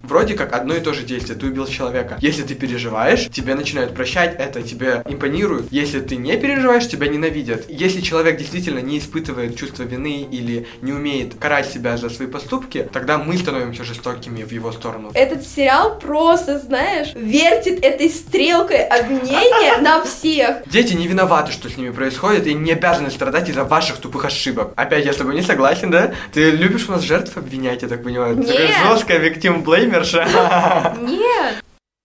Вроде как одно и то же действие, ты убил человека. Если ты переживаешь, тебя начинают прощать, это тебе импонирует. Если ты не переживаешь, тебя ненавидят. Если человек действительно не испытывает чувство вины или не умеет карать себя за свои поступки, тогда мы становимся жестокими в его сторону. Этот сериал просто, знаешь, вертит этой стрелкой обвинения на всех. Дети не виноваты, что с ними происходит, и не обязаны страдать из-за ваших тупых ошибок. Опять, я с тобой не согласен, да? Ты любишь у нас жертв обвинять, я так понимаю? Нет. Такая жесткая виктим-блеймерша. Нет.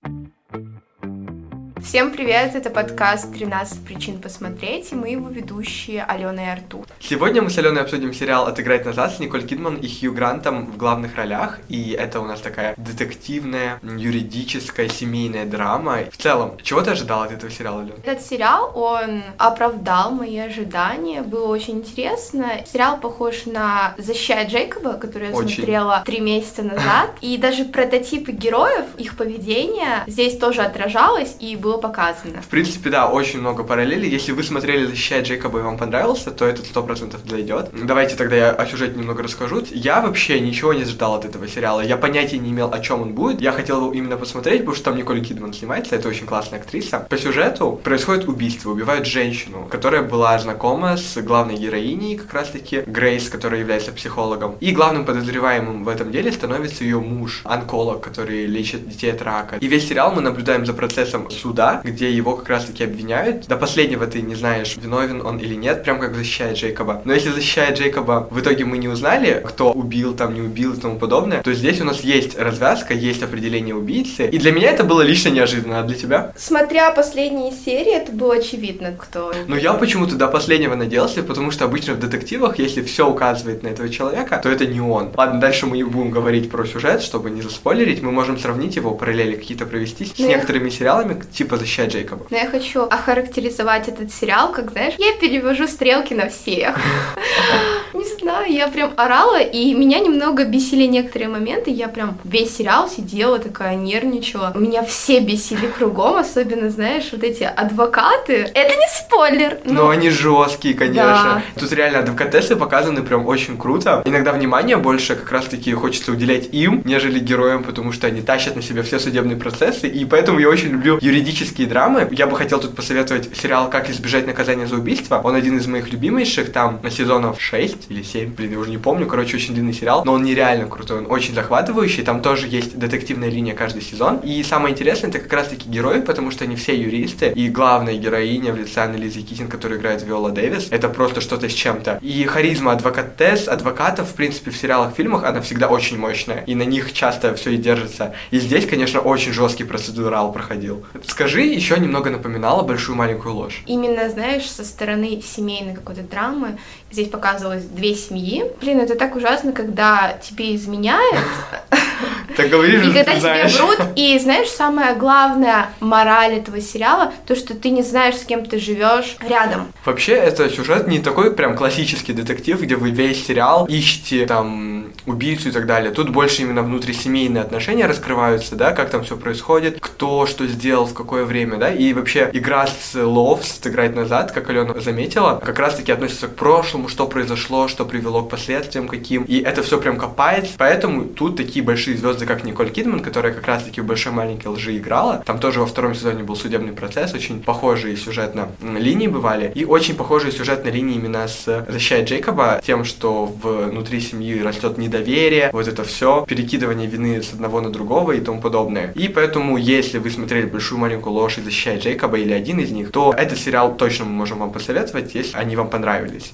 Всем привет, это подкаст «13 причин посмотреть», и мы его ведущие Алена и Артур. Сегодня мы с Аленой обсудим сериал «Отыграть назад» с Николь Кидман и Хью Грантом в главных ролях, и это у нас такая детективная, юридическая, семейная драма. В целом, чего ты ожидала от этого сериала, Алена? Этот сериал, он оправдал мои ожидания, было очень интересно. Сериал похож на «Защищая Джейкоба», который я смотрела 3 месяца назад, и даже прототипы героев, их поведение здесь тоже отражалось и было показано. В принципе, да, очень много параллелей. Если вы смотрели «Защищая Джейкоба» и вам понравился, то этот 100% зайдет. Давайте тогда я о сюжете немного расскажу. Я вообще ничего не ожидал от этого сериала. Я понятия не имел, о чем он будет. Я хотел его именно посмотреть, потому что там Николь Кидман снимается, это очень классная актриса. По сюжету происходит убийство, убивают женщину, которая была знакома с главной героиней, как раз-таки Грейс, которая является психологом. И главным подозреваемым в этом деле становится ее муж, онколог, который лечит детей от рака. И весь сериал мы наблюдаем за процессом суда, где его как раз-таки обвиняют. До последнего ты не знаешь, виновен он или нет, прям как «Защищая Джейкоба». Но если «Защищая Джейкоба» в итоге мы не узнали, кто убил, там, не убил и тому подобное, то здесь у нас есть развязка, есть определение убийцы. И для меня это было лично неожиданно, а для тебя? Смотря последние серии, это было очевидно, кто... Но я почему-то до последнего надеялся, потому что обычно в детективах, если все указывает на этого человека, то это не он. Ладно, дальше мы будем говорить про сюжет, чтобы не заспойлерить. Мы можем сравнить его, параллели какие-то провести с некоторыми сериалами, типа «Защищая Джейкоба». Но я хочу охарактеризовать этот сериал, как, знаешь, я перевожу стрелки на всех. Не знаю, я прям орала, и меня немного бесили некоторые моменты. Я прям весь сериал сидела, такая нервничала. Меня все бесили кругом, особенно, знаешь, вот эти адвокаты. Это не спойлер. Но они жесткие, конечно. Да. Тут реально адвокатессы показаны прям очень круто. Иногда внимание больше как раз-таки хочется уделять им, нежели героям, потому что они тащат на себя все судебные процессы, и поэтому я очень люблю юридические драмы. Я бы хотел тут посоветовать сериал «Как избежать наказания за убийство». Он один из моих любимейших, там на сезонов 6 или 7, я уже не помню, короче, очень длинный сериал, но он нереально крутой, он очень захватывающий, там тоже есть детективная линия каждый сезон, и самое интересное, это как раз-таки герои, потому что они все юристы, и главная героиня в лице Аннелизы Китин, которая играет Виола Дэвис, это просто что-то с чем-то. И харизма адвокатов, в принципе, в сериалах, фильмах, она всегда очень мощная, и на них часто все и держится. И здесь, конечно, очень жесткий процедурал проходил. Скажи, еще немного напоминала «Большую маленькую ложь». Именно, знаешь, со стороны семейной какой-то драмы здесь показывалось 2 семьи. Блин, это так ужасно, когда тебе изменяют. Так говоришь, и когда тебе врут, и знаешь, самая главная мораль этого сериала, то, что ты не знаешь, с кем ты живешь рядом. Вообще, это сюжет не такой прям классический детектив, где вы весь сериал ищете там убийцу и так далее. Тут больше именно внутрисемейные отношения раскрываются, да, как там все происходит, кто что сделал, в какое время, да, и вообще игра с Love, «Отыграть назад», как Алена заметила, как раз-таки относится к прошлому, что произошло, что привело к последствиям каким, и это все прям копается, поэтому тут такие большие звезды, как Николь Кидман, которая как раз-таки в «Большой маленькой лжи» играла, там тоже во 2 сезоне был судебный процесс, очень похожие сюжетно линии бывали, и очень похожие сюжетные линии именно с «Защищая Джейкоба», тем, что внутри семьи растет недоверие, вот это все, перекидывание вины с одного на другого и тому подобное. И поэтому, если вы смотрели «Большую маленькую ложь» и «Защищая Джейкоба» или один из них, то этот сериал точно мы можем вам посоветовать, если они вам понравились.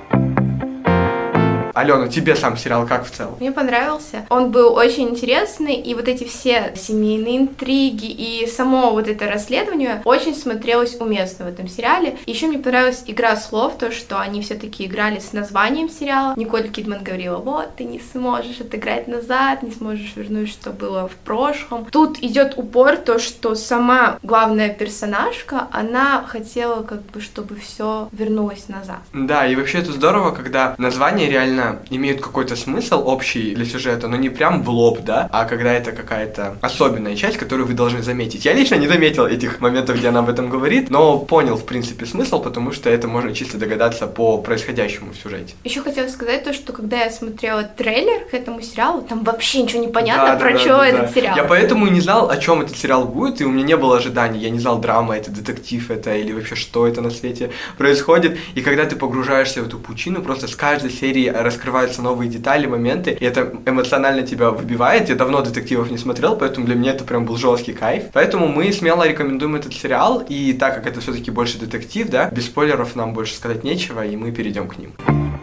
Алена, тебе сам сериал как в целом? Мне понравился. Он был очень интересный, и вот эти все семейные интриги и само вот это расследование очень смотрелось уместно в этом сериале. Еще мне понравилась игра слов, то, что они все-таки играли с названием сериала. Николь Кидман говорила: вот, ты не сможешь отыграть назад, не сможешь вернуть, что было в прошлом. Тут идет упор то, что сама главная персонажка, она хотела как бы, чтобы все вернулось назад. Да, и вообще это здорово, когда название реально действительно имеют какой-то смысл общий для сюжета, но не прям в лоб, да, а когда это какая-то особенная часть, которую вы должны заметить. Я лично не заметил этих моментов, где она об этом говорит, но понял, в принципе, смысл, потому что это можно чисто догадаться по происходящему в сюжете. Еще хотела сказать то, что когда я смотрела трейлер к этому сериалу, там вообще ничего не понятно, про что этот сериал. Я поэтому и не знал, о чем этот сериал будет, и у меня не было ожиданий. Я не знал, драма это, детектив это, или вообще что это на свете происходит. И когда ты погружаешься в эту пучину, просто с каждой серии раскрываются новые детали, моменты, и это эмоционально тебя выбивает. Я давно детективов не смотрел, поэтому для меня это прям был жесткий кайф. Поэтому мы смело рекомендуем этот сериал, и так как это все-таки больше детектив, да, без спойлеров нам больше сказать нечего, и мы перейдем к ним.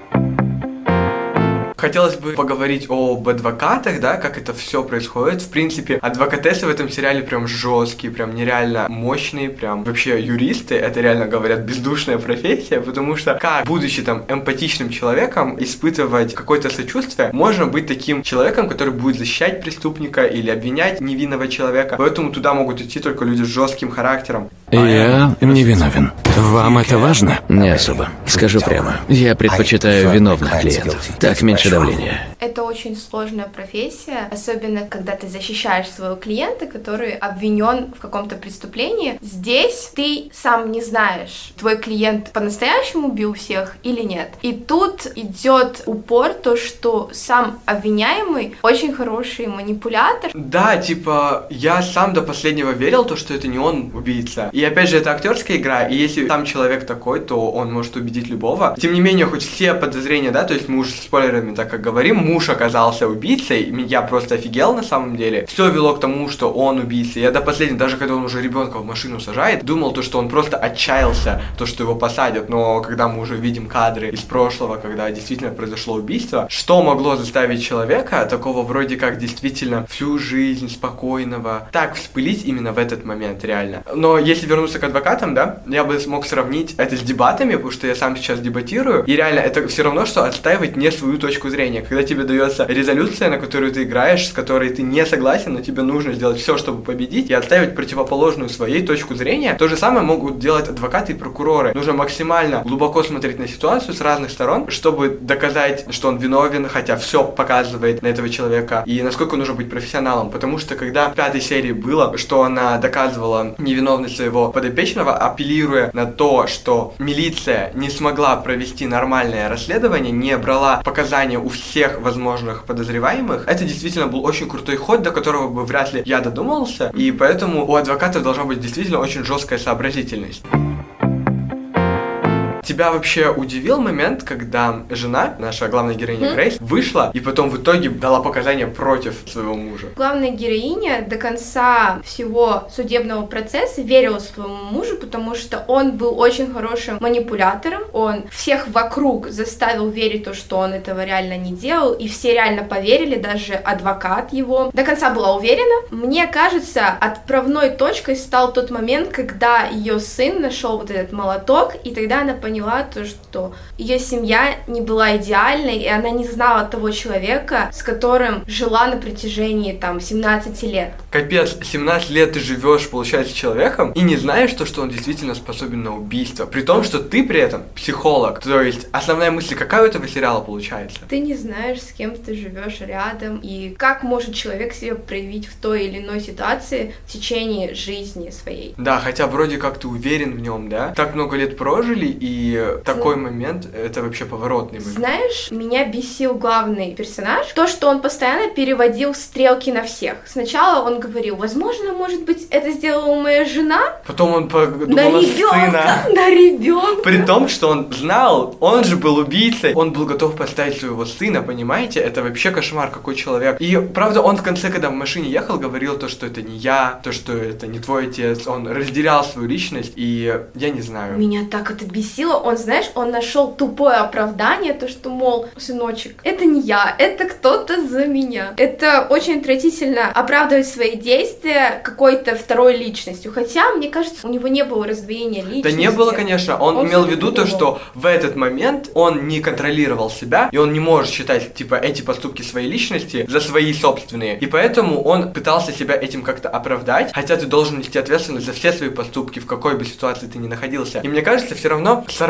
Хотелось бы поговорить об адвокатах, да, как это все происходит. В принципе, адвокатессы в этом сериале прям жесткие, прям нереально мощные, прям вообще юристы, это реально, говорят, бездушная профессия, потому что как, будучи там эмпатичным человеком, испытывать какое-то сочувствие, можно быть таким человеком, который будет защищать преступника или обвинять невинного человека. Поэтому туда могут идти только люди с жестким характером. Я не виновен. Вам это важно? Не особо. Скажу прямо. Я предпочитаю виновных клиентов. Так меньше давления. Это очень сложная профессия, особенно когда ты защищаешь своего клиента, который обвинен в каком-то преступлении. Здесь ты сам не знаешь, твой клиент по-настоящему убил всех или нет. И тут идет упор то, что сам обвиняемый очень хороший манипулятор. Да, типа, я сам до последнего верил, то, что это не он убийца. И опять же, это актерская игра, и если сам человек такой, то он может убедить любого. Тем не менее, хоть все подозрения, да, то есть мы уже с спойлерами так как говорим, муж оказался убийцей, я просто офигел на самом деле. Все вело к тому, что он убийца. Я до последнего, даже когда он уже ребенка в машину сажает, думал то, что он просто отчаялся, то, что его посадят. Но когда мы уже видим кадры из прошлого, когда действительно произошло убийство, что могло заставить человека, такого вроде как действительно всю жизнь спокойного, так вспылить именно в этот момент, реально. Но если вернуться к адвокатам, да, я бы смог сравнить это с дебатами, потому что я сам сейчас дебатирую, и реально это все равно, что отстаивать не свою точку зрения. Когда тебе дается резолюция, на которую ты играешь, с которой ты не согласен, но тебе нужно сделать все, чтобы победить, и отстаивать противоположную своей точку зрения, то же самое могут делать адвокаты и прокуроры. Нужно максимально глубоко смотреть на ситуацию с разных сторон, чтобы доказать, что он виновен, хотя все показывает на этого человека, и насколько нужно быть профессионалом. Потому что когда в 5 серии было, что она доказывала невиновность своего подопечного, апеллируя на то, что милиция не смогла провести нормальное расследование, не брала показания у всех возможных подозреваемых, это действительно был очень крутой ход, до которого бы вряд ли я додумался, и поэтому у адвокатов должна быть действительно очень жесткая сообразительность. Тебя вообще удивил момент, когда жена, наша главная героиня Грейс, вышла и потом в итоге дала показания против своего мужа? Главная героиня до конца всего судебного процесса верила своему мужу, потому что он был очень хорошим манипулятором, он всех вокруг заставил верить то, что он этого реально не делал, и все реально поверили, даже адвокат его до конца была уверена. Мне кажется, отправной точкой стал тот момент, когда ее сын нашел вот этот молоток, и тогда она поняла то, что ее семья не была идеальной, и она не знала того человека, с которым жила на протяжении, 17 лет. Капец, 17 лет ты живешь, получается, с человеком, и не знаешь то, что он действительно способен на убийство. При том, что ты при этом психолог. То есть, основная мысль какая у этого сериала получается? Ты не знаешь, с кем ты живешь рядом, и как может человек себя проявить в той или иной ситуации в течение жизни своей. Да, хотя вроде как ты уверен в нем, да? Так много лет прожили, и такой момент, это вообще поворотный момент. Знаешь, меня бесил главный персонаж, то, что он постоянно переводил стрелки на всех. Сначала он говорил, возможно, может быть, это сделала моя жена? Потом он подумал на сына. На ребенка. При том, что он знал, он же был убийцей, он был готов поставить своего сына, понимаете? Это вообще кошмар, какой человек. И, правда, он в конце, когда в машине ехал, говорил то, что это не я, то, что это не твой отец. Он разделял свою личность, и я не знаю. Меня так это бесило. Он, знаешь, он нашел тупое оправдание, то, что, мол, сыночек, это не я, это кто-то за меня. Это очень отвратительно оправдывать свои действия какой-то второй личностью. Хотя, мне кажется, у него не было раздвоения личности. Да не было, конечно. Он имел в виду то, что в этот момент он не контролировал себя, и он не может считать, эти поступки своей личности за свои собственные. И поэтому он пытался себя этим как-то оправдать, хотя ты должен нести ответственность за все свои поступки, в какой бы ситуации ты ни находился. И мне кажется, все равно сорвать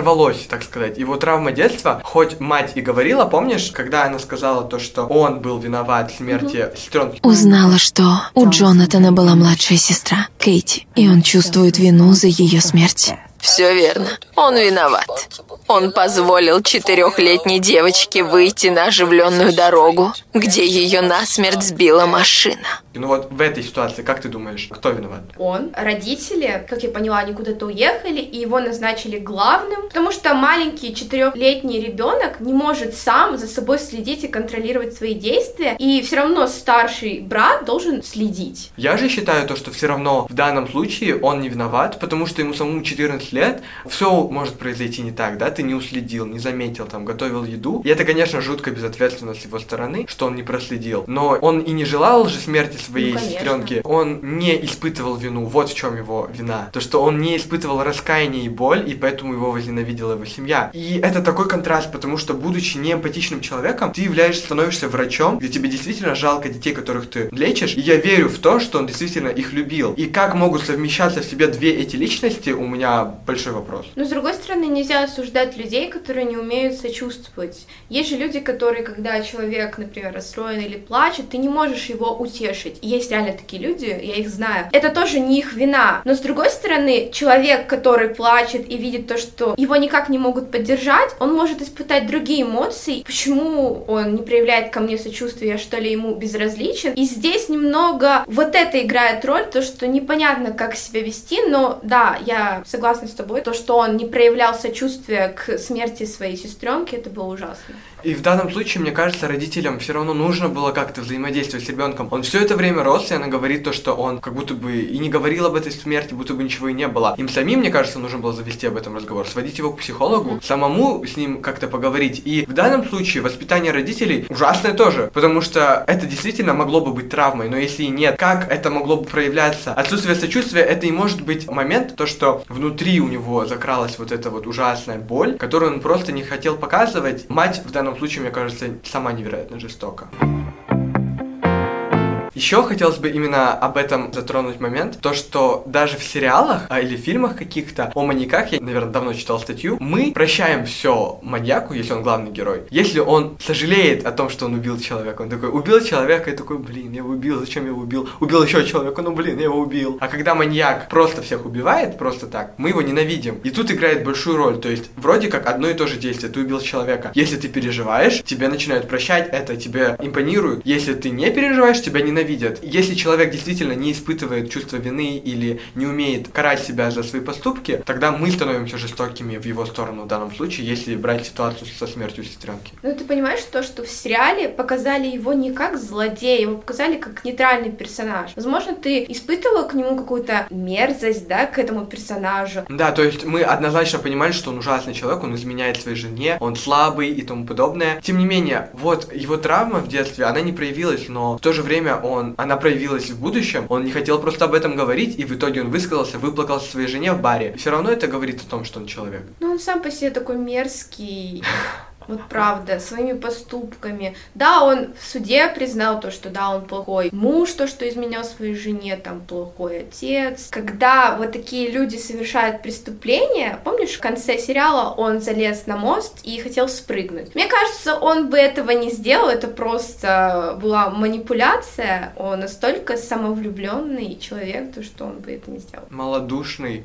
оторвалось, так сказать. Его травма детства, хоть мать и говорила, помнишь, когда она сказала то, что он был виноват в смерти сестренки? Узнала, что у Джонатана была младшая сестра, Кейти, и он чувствует вину за ее смерть. Все верно. Он виноват. Он позволил 4-летней девочке выйти на оживленную дорогу, где ее насмерть сбила машина. Ну вот в этой ситуации, как ты думаешь, кто виноват? Он. Родители, как я поняла, они куда-то уехали, и его назначили главным, потому что маленький 4-летний ребенок не может сам за собой следить и контролировать свои действия, и все равно старший брат должен следить. Я же считаю то, что все равно в данном случае он не виноват, потому что ему самому 14 лет, все может произойти не так, да, ты не уследил, не заметил, там, готовил еду, и это, конечно, жуткая безответственность с его стороны, что он не проследил, но он и не желал же смерти своей сестренки, он не испытывал вину, вот в чем его вина, то, что он не испытывал раскаяние и боль, и поэтому его возненавидела его семья, и это такой контраст, потому что, будучи неэмпатичным человеком, ты становишься врачом, где тебе действительно жалко детей, которых ты лечишь, и я верю в то, что он действительно их любил, и как могут совмещаться в себе две эти личности, у меня большой вопрос. Но с другой стороны, нельзя осуждать людей, которые не умеют сочувствовать. Есть же люди, которые, когда человек, например, расстроен или плачет, ты не можешь его утешить. И есть реально такие люди, я их знаю. Это тоже не их вина. Но с другой стороны, человек, который плачет и видит то, что его никак не могут поддержать, он может испытать другие эмоции. Почему он не проявляет ко мне сочувствия, я что ли ему безразличен? И здесь немного вот это играет роль, то, что непонятно, как себя вести, но да, я согласна с тобой, то, что он не проявлял сочувствия к смерти своей сестренки, это было ужасно. И в данном случае, мне кажется, родителям все равно нужно было как-то взаимодействовать с ребенком. Он все это время рос, и она говорит то, что он как будто бы и не говорил об этой смерти, будто бы ничего и не было. Им самим, мне кажется, нужно было завести об этом разговор, сводить его к психологу, самому с ним как-то поговорить. И в данном случае воспитание родителей ужасное тоже, потому что это действительно могло бы быть травмой, но если нет, как это могло бы проявляться? Отсутствие сочувствия, это и может быть момент, то, что внутри у него закралась вот эта вот ужасная боль, которую он просто не хотел показывать. Мать в данном случае, мне кажется, сама невероятно жестока. Еще хотелось бы именно об этом затронуть момент, то, что даже в сериалах или фильмах каких-то о маньяках, я, наверное, давно читал статью, мы прощаем все маньяку, если он главный герой. Если он сожалеет о том, что он убил человека, он такой, убил человека, и такой, блин, я его убил, зачем я его убил? Убил еще человека, ну блин, я его убил. А когда маньяк просто всех убивает, просто так, мы его ненавидим. И тут играет большую роль, то есть вроде как одно и то же действие, ты убил человека. Если ты переживаешь, тебе начинают прощать, это тебе импонирует. Если ты не переживаешь, тебя ненавидят. Если человек действительно не испытывает чувство вины или не умеет карать себя за свои поступки, тогда мы становимся жестокими в его сторону в данном случае, если брать ситуацию со смертью сестренки. Ну ты понимаешь то, что в сериале показали его не как злодея, его показали как нейтральный персонаж. Возможно, ты испытывала к нему какую-то мерзость, да, к этому персонажу. Да, то есть мы однозначно понимали, что он ужасный человек, он изменяет своей жене, он слабый и тому подобное. Тем не менее, вот его травма в детстве, она не проявилась, но в то же время она проявилась в будущем, он не хотел просто об этом говорить, и в итоге он высказался, выплакался своей жене в баре. Все равно это говорит о том, что он человек. Ну, он сам по себе такой мерзкий. Вот правда, своими поступками. Да, он в суде признал то, что да, он плохой муж, то, что изменял своей жене, там, плохой отец. Когда вот такие люди совершают преступления, помнишь, в конце сериала он залез на мост и хотел спрыгнуть. Мне кажется, он бы этого не сделал, это просто была манипуляция. Он настолько самовлюбленный человек, то, что он бы это не сделал. Малодушный.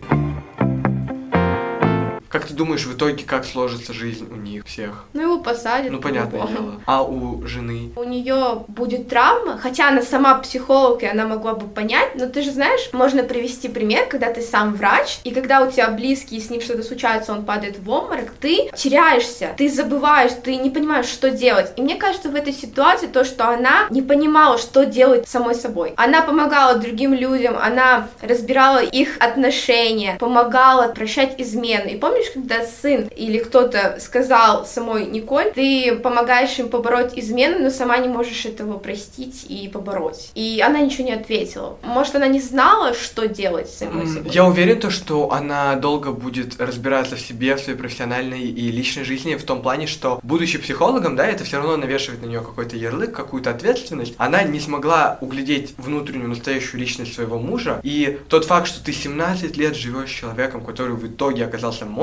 Как ты думаешь, в итоге, как сложится жизнь у них всех? Ну, его посадят. Ну, понятное дело. А у жены? У нее будет травма, хотя она сама психолог, и она могла бы понять, но ты же знаешь, можно привести пример, когда ты сам врач, и когда у тебя близкий, с ним что-то случается, он падает в обморок, ты теряешься, ты забываешь, ты не понимаешь, что делать. И мне кажется, в этой ситуации то, что она не понимала, что делать самой собой. Она помогала другим людям, она разбирала их отношения, помогала прощать измены. И помнишь, когда сын или кто-то сказал самой Николь, ты помогаешь им побороть измену, но сама не можешь этого простить и побороть. И она ничего не ответила. Может, она не знала, что делать с самой собой? Я уверен, что она долго будет разбираться в себе, в своей профессиональной и личной жизни, в том плане, что, будучи психологом, да, это все равно навешивает на нее какой-то ярлык, какую-то ответственность. Она не смогла углядеть внутреннюю, настоящую личность своего мужа, и тот факт, что ты 17 лет живешь с человеком, который в итоге оказался монстром,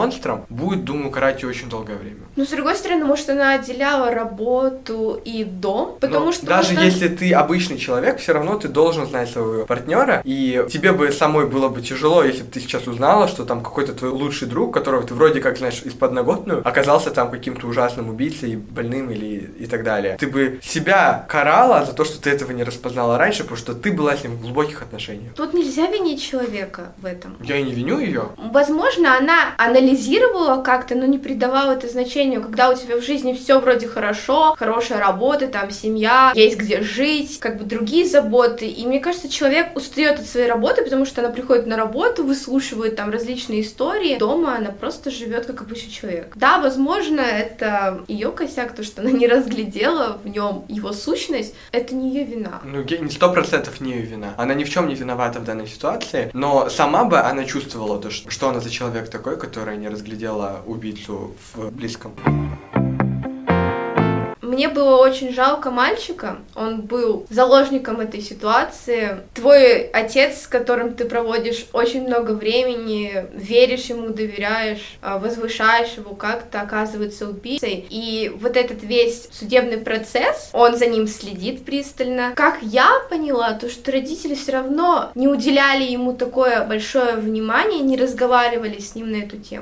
монстром, будет, думаю, карать ее очень долгое время. Но с другой стороны, может, она отделяла работу и дом, потому что... Даже если ты обычный человек, все равно ты должен знать своего партнера, и тебе бы самой было бы тяжело, если бы ты сейчас узнала, что там какой-то твой лучший друг, которого ты вроде как знаешь из подноготную, оказался там каким-то ужасным убийцей, больным или и так далее. Ты бы себя карала за то, что ты этого не распознала раньше, потому что ты была с ним в глубоких отношениях. Тут нельзя винить человека в этом. Я и не виню ее. Возможно, она анализировала как-то, но не придавала это значению, когда у тебя в жизни все вроде хорошо, хорошая работа, там семья, есть где жить, как бы другие заботы. И мне кажется, человек устает от своей работы, потому что она приходит на работу, выслушивает там различные истории. Дома она просто живет как обычный человек. Да, возможно, это ее косяк, то, что она не разглядела в нем его сущность, это не ее вина. Ну, 100% не ее вина. Она ни в чем не виновата в данной ситуации, но сама бы она чувствовала то, что она за человек такой, который не разглядела убийцу в близком. Мне было очень жалко мальчика, он был заложником этой ситуации. Твой отец, с которым ты проводишь очень много времени, веришь ему, доверяешь, возвышаешь его, как-то оказывается убийцей. И вот этот весь судебный процесс, он за ним следит пристально. Как я поняла, то что родители все равно не уделяли ему такое большое внимание, не разговаривали с ним на эту тему.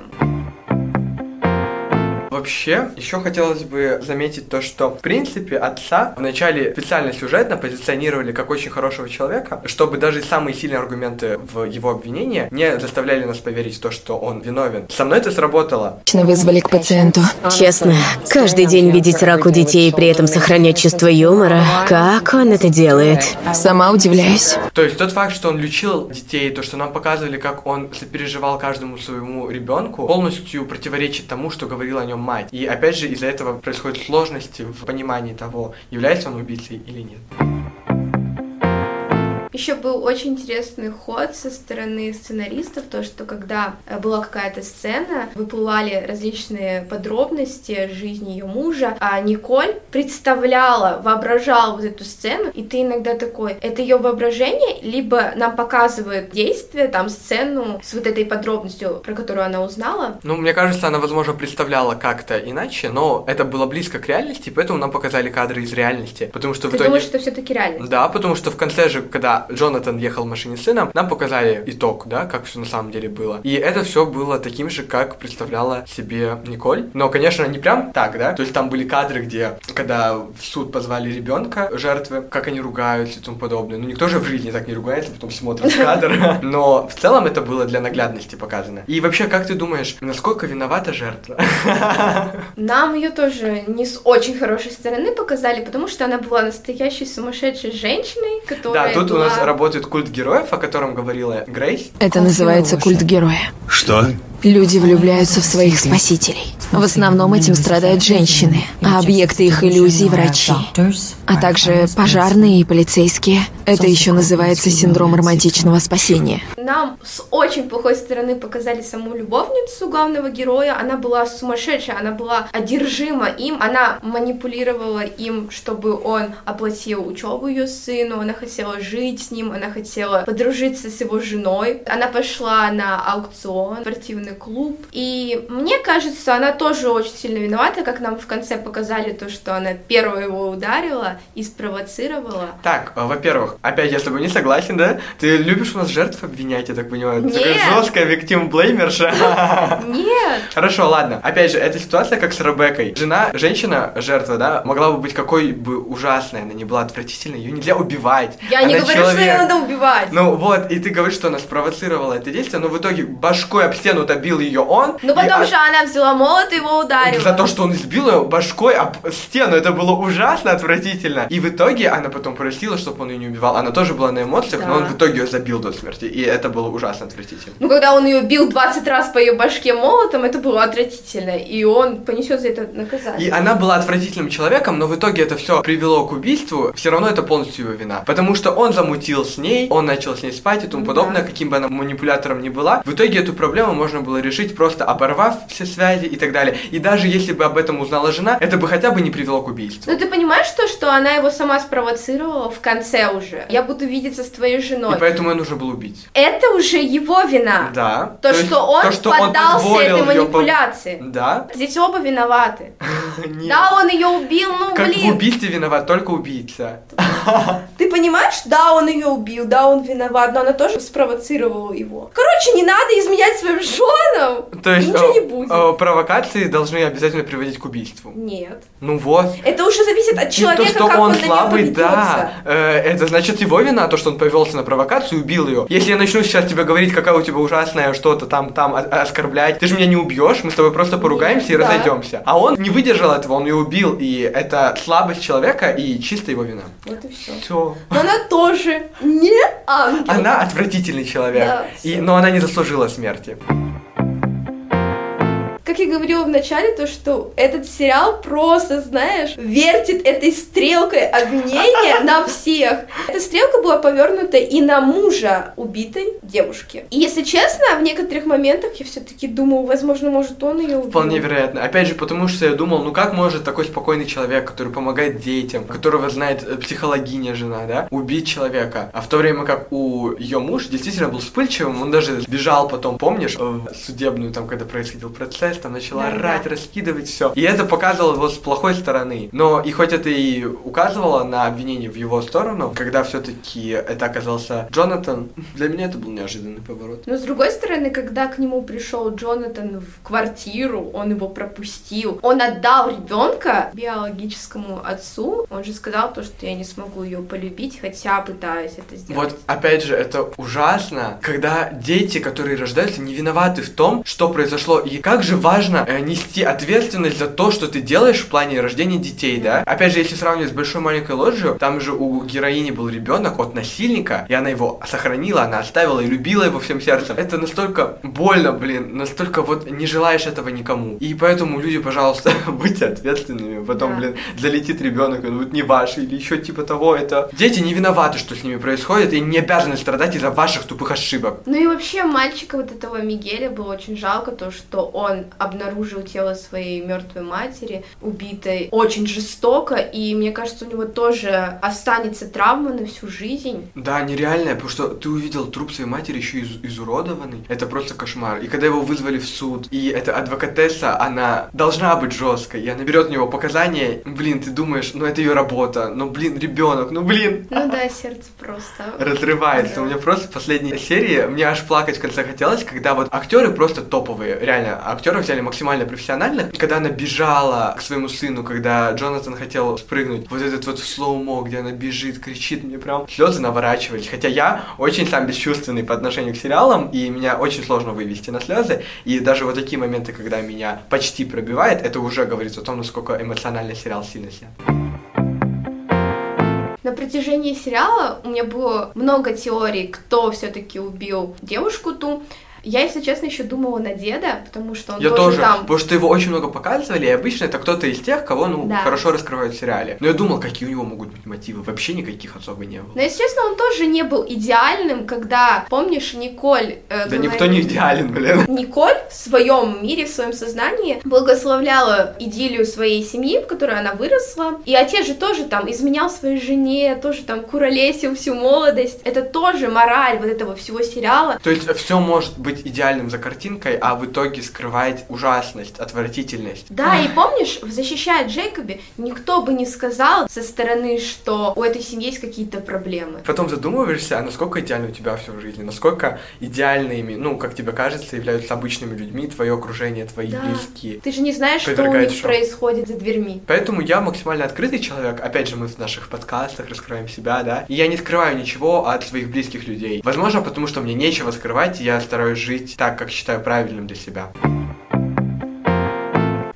Вообще, еще хотелось бы заметить то, что, в принципе, отца вначале специально сюжетно позиционировали как очень хорошего человека, чтобы даже самые сильные аргументы в его обвинении не заставляли нас поверить в то, что он виновен. Со мной это сработало. Вызвали к пациенту. Честно, каждый день видеть рак у детей и при этом сохранять чувство юмора. Как он это делает? Сама удивляюсь. То есть тот факт, что он лечил детей, то, что нам показывали, как он сопереживал каждому своему ребенку, полностью противоречит тому, что говорила о нем мать. И опять же из-за этого происходят сложности в понимании того, является он убийцей или нет. Еще был очень интересный ход со стороны сценаристов, то, что когда была какая-то сцена, выплывали различные подробности жизни ее мужа, а Николь представляла, воображала вот эту сцену, и ты иногда такой, это ее воображение, либо нам показывают действие, там, сцену с вот этой подробностью, про которую она узнала. Ну, мне кажется, она, возможно, представляла как-то иначе, но это было близко к реальности, поэтому нам показали кадры из реальности, потому что Ты думаешь, что все-таки реальность? Да, потому что в конце же, когда Джонатан ехал в машине с сыном, нам показали итог, да, как все на самом деле было. И это все было таким же, как представляла себе Николь. Но, конечно, не прям так, да. То есть там были кадры, где, когда в суд позвали ребенка, жертвы, как они ругаются и тому подобное. Ну, никто же в жизни так не ругается, потом смотрит кадр. Но в целом это было для наглядности показано. И вообще, как ты думаешь, насколько виновата жертва? Нам ее тоже не с очень хорошей стороны показали, потому что она была настоящей сумасшедшей женщиной, которая Да, тут у нас работает культ героев, о котором говорила Грейс. Это называется культ героя. Что? Люди влюбляются в своих спасителей. В основном этим страдают женщины, а объекты их иллюзий – врачи, а также пожарные и полицейские. Это еще называется синдром романтичного спасения. Нам с очень плохой стороны показали саму любовницу главного героя. Она была сумасшедшая, она была одержима им, она манипулировала им, чтобы он оплатил учебу ее сыну, она хотела жить с ним, она хотела подружиться с его женой. Она пошла на аукцион, спортивный клуб. И мне кажется, она тоже очень сильно виновата, как нам в конце показали то, что она первая его ударила и спровоцировала. Так, во-первых, опять я с тобой не согласен, да? Ты любишь у нас жертв обвинять, я так понимаю? Нет. Ты такая жесткая виктим-блеймерша. Нет. Хорошо, ладно. Опять же, эта ситуация как с Ребеккой. Женщина, жертва, да, могла бы быть какой бы ужасной, она не была отвратительной, ее нельзя убивать. Я не говорю, что ее надо убивать. Ну вот, и ты говоришь, что она спровоцировала это действие, но в итоге башкой об стену добил ее он. Ну потом же она взяла молот и его ударила. За то, что он избил ее башкой об стену, это было ужасно отвратительно. И в итоге она потом просила, чтобы он ее не убивал. Она тоже была на эмоциях, да. Но он в итоге ее забил до смерти. И это было ужасно отвратительно. Ну когда он ее бил 20 раз по ее башке молотом, это было отвратительно. И он понесет за это наказание. И она была отвратительным человеком, но в итоге это все привело к убийству. Все равно это полностью его вина. Потому что он замутил замутил с ней, он начал с ней спать и тому подобное, каким бы она манипулятором ни была. В итоге эту проблему можно было решить, просто оборвав все связи и так далее. И даже если бы об этом узнала жена, это бы хотя бы не привело к убийству. Ну ты понимаешь то, что она его сама спровоцировала в конце уже? Я буду видеться с твоей женой. И поэтому он нужно было убить. Это уже его вина. Да. То, что он поддался этой манипуляции. Да. Здесь оба виноваты. Да, он ее убил, как в убийстве виноват только убийца. Ты понимаешь? Да, он ее убил, да, он виноват, но она тоже спровоцировала его. Короче, не надо изменять своим женам. То есть ничего не будет. Провокации должны обязательно приводить к убийству. Нет. Ну вот. Это уже зависит от человека, то, что как он на нее слабый, поведется. да. Это значит его вина, то, что он повелся на провокацию и убил ее. Если я начну сейчас тебе говорить, какая у тебя ужасная что-то там оскорблять, ты же меня не убьешь, мы с тобой просто поругаемся и разойдемся. А он не выдержал этого, он ее убил, и это слабость человека и чисто его вина. Вот и все. Все. Но она тоже не ангел. Она отвратительный человек, Да, но она не заслужила смерти. Как я говорила в начале, то, что этот сериал просто, знаешь, вертит этой стрелкой обвинения на всех. Эта стрелка была повернута и на мужа убитой девушки. И, если честно, в некоторых моментах я все-таки думала, возможно, может, он ее убил. Вполне вероятно. Опять же, потому что я думал, ну как может такой спокойный человек, который помогает детям, которого знает психологиня жена, да, убить человека. А в то время как у ее муж действительно был вспыльчивым, он даже сбежал потом, помнишь, в судебную, там, когда происходил процесс, там начала орать, раскидывать все. И это показывало его с плохой стороны. Но и хоть это и указывало на обвинение в его сторону, когда все-таки это оказался Джонатан, для меня это был неожиданный поворот. Но с другой стороны, когда к нему пришел Джонатан в квартиру, он его пропустил, он отдал ребенка биологическому отцу, он же сказал то, что я не смогу ее полюбить, хотя пытаюсь это сделать. Вот, опять же, это ужасно, когда дети, которые рождаются, не виноваты в том, что произошло, и как же важно нести ответственность за то, что ты делаешь в плане рождения детей, да? Опять же, если сравнивать с большой маленькой ложью, там же у героини был ребенок от насильника, и она его сохранила, она оставила и любила его всем сердцем. Это настолько больно, блин, настолько вот не желаешь этого никому. И поэтому люди, пожалуйста, будьте ответственными. Потом, блин, залетит ребенок, он будет не ваш, или еще типа того. Это дети не виноваты, что с ними происходит, и не обязаны страдать из-за ваших тупых ошибок. Ну и вообще мальчика вот этого Мигеля было очень жалко, то, что он обнаружил тело своей мертвой матери, убитой очень жестоко, и мне кажется, у него тоже останется травма на всю жизнь. Да, нереальная, потому что ты увидел труп своей матери еще изуродованный. Это просто кошмар. И когда его вызвали в суд, и эта адвокатесса, она должна быть жесткой, и она берет у него показания, блин, ты думаешь, ну это ее работа, ну блин, ребенок, ну блин. Ну да, сердце просто разрывается. Да. У меня просто в последней серии, мне аж плакать в конце хотелось, когда вот актеры просто топовые, реально, актеры взяли максимально профессионально. И когда она бежала к своему сыну, когда Джонатан хотел спрыгнуть, вот этот вот в слоумо, где она бежит, кричит, мне прям слезы наворачивались. Хотя я очень сам бесчувственный по отношению к сериалам, и меня очень сложно вывести на слезы. И даже вот такие моменты, когда меня почти пробивает, это уже говорит о том, насколько эмоционально сериал сильно снят. На протяжении сериала у меня было много теорий, кто все-таки убил девушку ту. Я, если честно, еще думала на деда, потому что он тоже там... потому что его очень много показывали, и обычно это кто-то из тех, кого, да, хорошо раскрывают в сериале. Но я думал, какие у него могут быть мотивы. Вообще никаких особо не было. Но, если честно, он тоже не был идеальным, когда, помнишь, Николь... Да никто не идеален, блин. Николь в своем мире, в своем сознании благословляла идиллию своей семьи, в которой она выросла. И отец же тоже там изменял своей жене, тоже там куролесил всю молодость. Это тоже мораль вот этого всего сериала. То есть все может быть идеальным за картинкой, а в итоге скрывает ужасность, отвратительность. Да, и помнишь, в «Защищая Джейкоби» никто бы не сказал со стороны, что у этой семьи есть какие-то проблемы. Потом задумываешься, а насколько идеально у тебя все в жизни, насколько идеальными, ну, как тебе кажется, являются обычными людьми, твое окружение, твои близкие. Ты же не знаешь, что у них происходит за дверьми. Поэтому я максимально открытый человек, опять же, мы в наших подкастах раскрываем себя, да, и я не скрываю ничего от своих близких людей. Возможно, потому что мне нечего скрывать, и я стараюсь жить так, как считаю правильным для себя.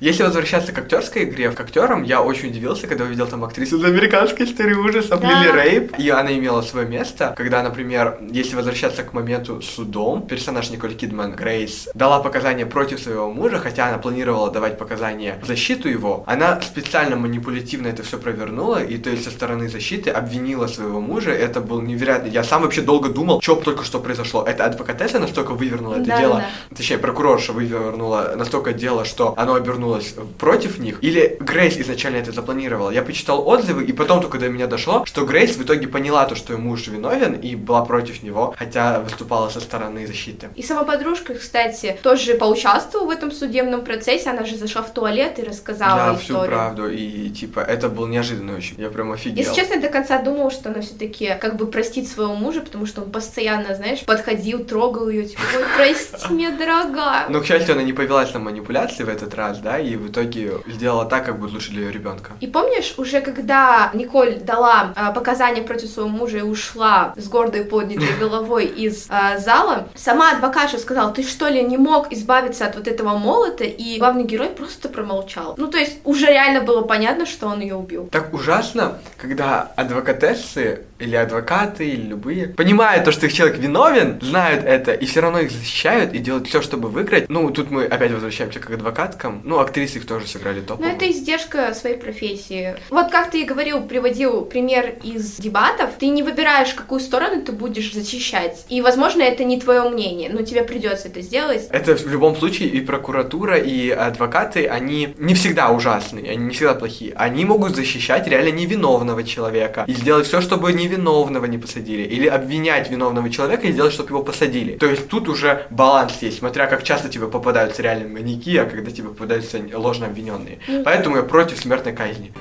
Если возвращаться к актерской игре, к актерам, я очень удивился, когда увидел там актрису из «Американской истории ужасов» Лили Рейп, и она имела свое место, когда, например, если возвращаться к моменту с судом, персонаж Николь Кидман, Грейс, дала показания против своего мужа, хотя она планировала давать показания в защиту его, она специально манипулятивно это все провернула, и то есть со стороны защиты обвинила своего мужа, это был невероятно. Я сам вообще долго думал, что только что произошло. Это адвокатесса настолько вывернула это дело, точнее, прокурорша вывернула настолько дело, что оно обернулось против них, или Грейс изначально это запланировала. Я почитал отзывы, и потом только до меня дошло, что Грейс в итоге поняла то, что ее муж виновен, и была против него, хотя выступала со стороны защиты. И сама подружка, кстати, тоже поучаствовала в этом судебном процессе, она же зашла в туалет и рассказала историю. Всю правду, и типа это был неожиданно очень, я прям офигел. Если честно, я до конца думала, что она все-таки как бы простит своего мужа, потому что он постоянно, знаешь, подходил, трогал ее, типа, ой, прости меня, дорогая. Но, к счастью, она не повелась на манипуляции в этот раз, да, и в итоге сделала так, как будет лучше для ее ребенка. И помнишь, уже когда Николь дала показания против своего мужа и ушла с гордой поднятой головой из зала, сама адвокатша сказала: ты что ли не мог избавиться от вот этого молота? И главный герой просто промолчал. Ну, то есть уже реально было понятно, что он ее убил. Так ужасно, когда адвокатессы или адвокаты, или любые понимают то, что их человек виновен, знают это, и все равно их защищают и делают все, чтобы выиграть. Ну, тут мы опять возвращаемся к адвокаткам. Ну, актрисы их тоже сыграли топово. Ну, это издержка своей профессии. Вот как ты и говорил, приводил пример из дебатов, ты не выбираешь, какую сторону ты будешь защищать. И, возможно, это не твое мнение, но тебе придется это сделать. Это в любом случае и прокуратура, и адвокаты, они не всегда ужасные, они не всегда плохие. Они могут защищать реально невиновного человека и сделать все, чтобы невиновного не посадили. Или обвинять виновного человека и сделать, чтобы его посадили. То есть тут уже баланс есть, смотря как часто тебе попадаются реальные маньяки, а когда тебе попадаются ложно обвиненные. Поэтому я против смертной казни.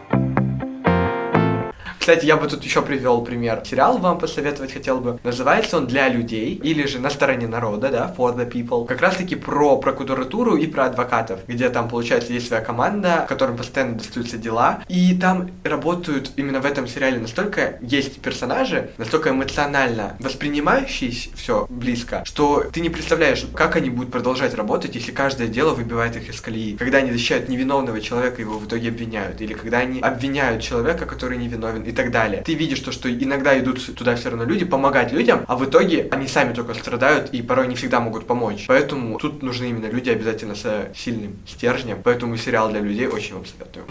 Кстати, я бы тут еще привел пример. Сериал вам посоветовать хотел бы. Называется он «Для людей» или же «На стороне народа», да, «For the people». Как раз таки про прокуратуру и про адвокатов, где там, получается, есть своя команда, которым постоянно достаются дела. И там работают именно в этом сериале настолько есть персонажи, настолько эмоционально воспринимающие все близко, что ты не представляешь, как они будут продолжать работать, если каждое дело выбивает их из колеи. Когда они защищают невиновного человека, его в итоге обвиняют. Или когда они обвиняют человека, который невиновен, и так далее. Ты видишь то, что иногда идут туда все равно люди помогать людям, а в итоге они сами только страдают и порой не всегда могут помочь. Поэтому тут нужны именно люди обязательно с сильным стержнем. Поэтому сериал для людей очень вам советую.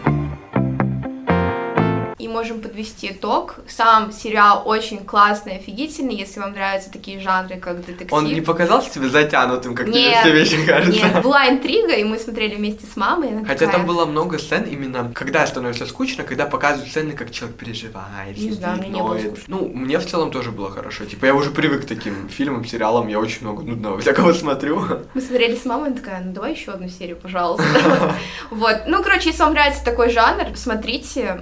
И можем подвести итог. Сам сериал очень классный, офигительный, если вам нравятся такие жанры, как детектив. Он не показался тебе затянутым, как тебе нет, все вещи кажется? Нет, была интрига, и мы смотрели вместе с мамой. Хотя там было много сцен именно, когда становится скучно, когда показывают сцены, как человек переживает. Не знаю, мне не было скучно. Ну, мне в целом тоже было хорошо. Типа, я уже привык к таким фильмам, сериалам, я очень много нудного всякого смотрю. Мы смотрели с мамой, она такая: ну давай еще одну серию, пожалуйста. Вот, ну, короче, если вам нравится такой жанр, смотрите.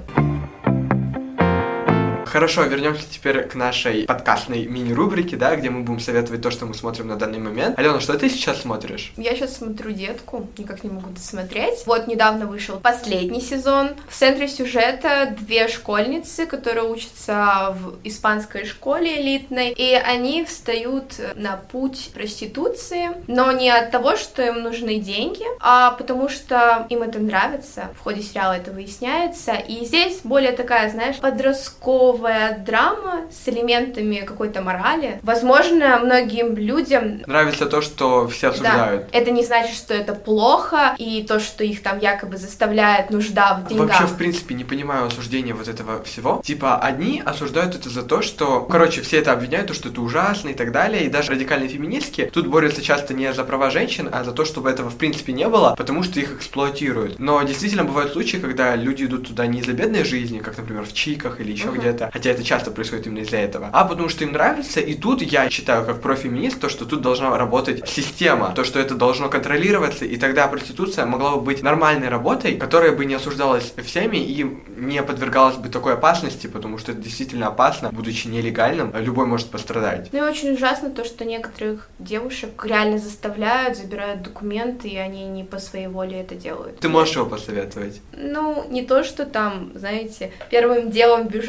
Хорошо, вернемся теперь к нашей подкастной мини-рубрике, да, где мы будем советовать то, что мы смотрим на данный момент. Алена, что ты сейчас смотришь? Я сейчас смотрю «Детку», никак не могу досмотреть. Вот недавно вышел последний сезон. В центре сюжета две школьницы, которые учатся в испанской школе элитной, и они встают на путь проституции, но не от того, что им нужны деньги, а потому что им это нравится. В ходе сериала это выясняется. И здесь более такая, знаешь, подростковая драма с элементами какой-то морали. Возможно, многим людям нравится то, что все осуждают. Да, это не значит, что это плохо, и то, что их там якобы заставляет нужда в деньгах. Вообще, в принципе, не понимаю осуждения вот этого всего. Типа, одни осуждают это за то, что... Короче, все это обвиняют, то, что это ужасно и так далее, и даже радикальные феминистки тут борются часто не за права женщин, а за то, чтобы этого, в принципе, не было, потому что их эксплуатируют. Но действительно бывают случаи, когда люди идут туда не из-за бедной жизни, как, например, в Чиках или еще где-то, хотя это часто происходит именно из-за этого, а потому что им нравится, и тут я считаю, как профеминист, то, что тут должна работать система, то, что это должно контролироваться, и тогда проституция могла бы быть нормальной работой, которая бы не осуждалась всеми и не подвергалась бы такой опасности, потому что это действительно опасно, будучи нелегальным, любой может пострадать. Ну и очень ужасно то, что некоторых девушек реально заставляют, забирают документы, и они не по своей воле это делают. Ты можешь его посоветовать? Ну, не то, что там, знаете, первым делом бежать и смотреть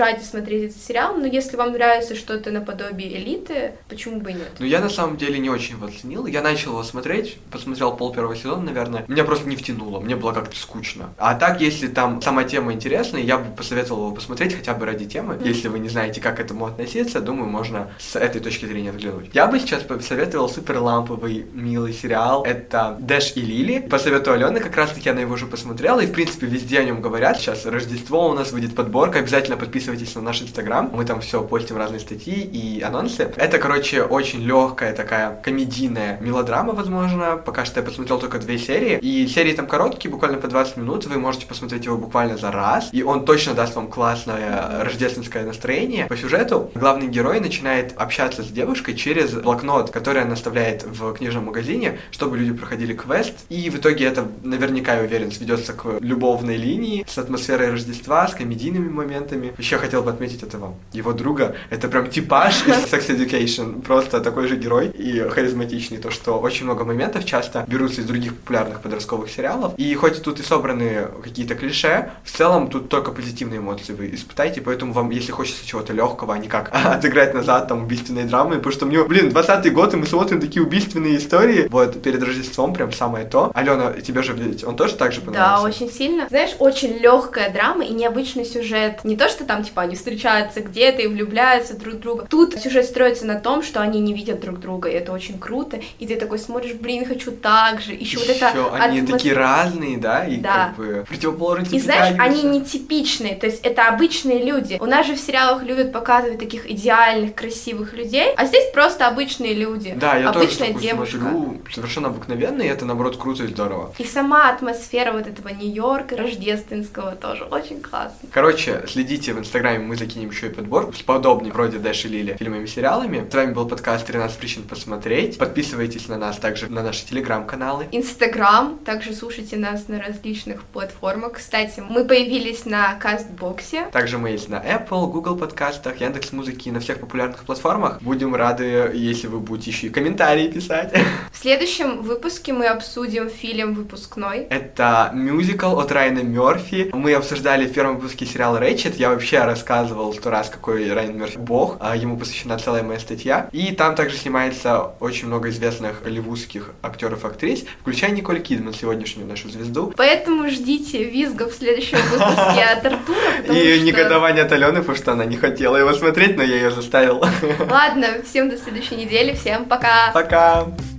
смотреть этот сериал, но если вам нравится что-то наподобие «Элиты», почему бы и нет? Ну, я на самом деле не очень его оценил. Я начал его смотреть, посмотрел пол-первого сезона, наверное. Меня просто не втянуло, мне было как-то скучно. А так, если там сама тема интересная, я бы посоветовал его посмотреть хотя бы ради темы. Если вы не знаете, как к этому относиться, думаю, можно с этой точки зрения взглянуть. Я бы сейчас посоветовал супер ламповый, милый сериал. Это «Дэш и Лили». По совету Алены, как раз-таки она его уже посмотрела, и, в принципе, везде о нем говорят. Сейчас Рождество, у нас выйдет подборка. Обязательно подписывайтесь на наш Инстаграм. Мы там все постим, разные статьи и анонсы. Это, короче, очень легкая такая комедийная мелодрама, возможно. Пока что я посмотрел только 2 серии. И серии там короткие, буквально по 20 минут. Вы можете посмотреть его буквально за раз. И он точно даст вам классное рождественское настроение. По сюжету главный герой начинает общаться с девушкой через блокнот, который она оставляет в книжном магазине, чтобы люди проходили квест. И в итоге это, наверняка, я уверен, сведется к любовной линии с атмосферой Рождества, с комедийными моментами. Еще хотел бы отметить этого. Его друга — это прям типаж из Sex Education. Просто такой же герой и харизматичный. То, что очень много моментов часто берутся из других популярных подростковых сериалов. И хоть тут и собраны какие-то клише, в целом тут только позитивные эмоции вы испытаете. Поэтому вам, если хочется чего-то легкого, а не как отыграть назад там убийственные драмы, потому что мне, 20-й год, и мы смотрим такие убийственные истории. Вот, перед Рождеством прям самое то. Алена, тебе же ведь он тоже так же понравился? Да, очень сильно. Знаешь, очень легкая драма и необычный сюжет. Не то, что там, типа, они встречаются где-то и влюбляются друг в друга. Тут сюжет строится на том, что они не видят друг друга, и это очень круто. И ты такой смотришь, хочу так же. Еще вот это... Они такие разные, да? И да. как бы противоположности. И знаешь, они нетипичные, то есть это обычные люди. У нас же в сериалах любят показывать таких идеальных, красивых людей, а здесь просто обычные люди. Да, я обычная тоже девушка. смотрю, совершенно обыкновенный, и это, наоборот, круто и здорово. И сама атмосфера вот этого Нью-Йорка рождественского тоже очень классно. Короче, следите в Инстаграме, мы закинем еще и подборку с подобными, вроде Дэш и Лили, фильмами и сериалами. С вами был подкаст 13 причин посмотреть. Подписывайтесь на нас также на наши телеграм-каналы. Инстаграм, также слушайте нас на различных платформах. Кстати, мы появились на Кастбоксе. Также мы есть на Apple, Google подкастах, Яндекс.Музыке и на всех популярных платформах. Будем рады, если вы будете еще и комментарии писать. В следующем выпуске мы обсудим фильм «Выпускной». Это мюзикл от Райана Мерфи. Мы обсуждали в первом выпуске сериал «Рэйчет». Я вообще рассказывал 100 раз, какой Райан Мерфи бог. Ему посвящена целая моя статья. И там также снимается очень много известных голливудских актеров и актрис, включая Николь Кидман, сегодняшнюю нашу звезду. Поэтому ждите визга в следующем выпуске от Артура. И негодование от Алены, потому что она не хотела его смотреть, но я ее заставил. Ладно, всем до следующей недели. Всем пока. Пока.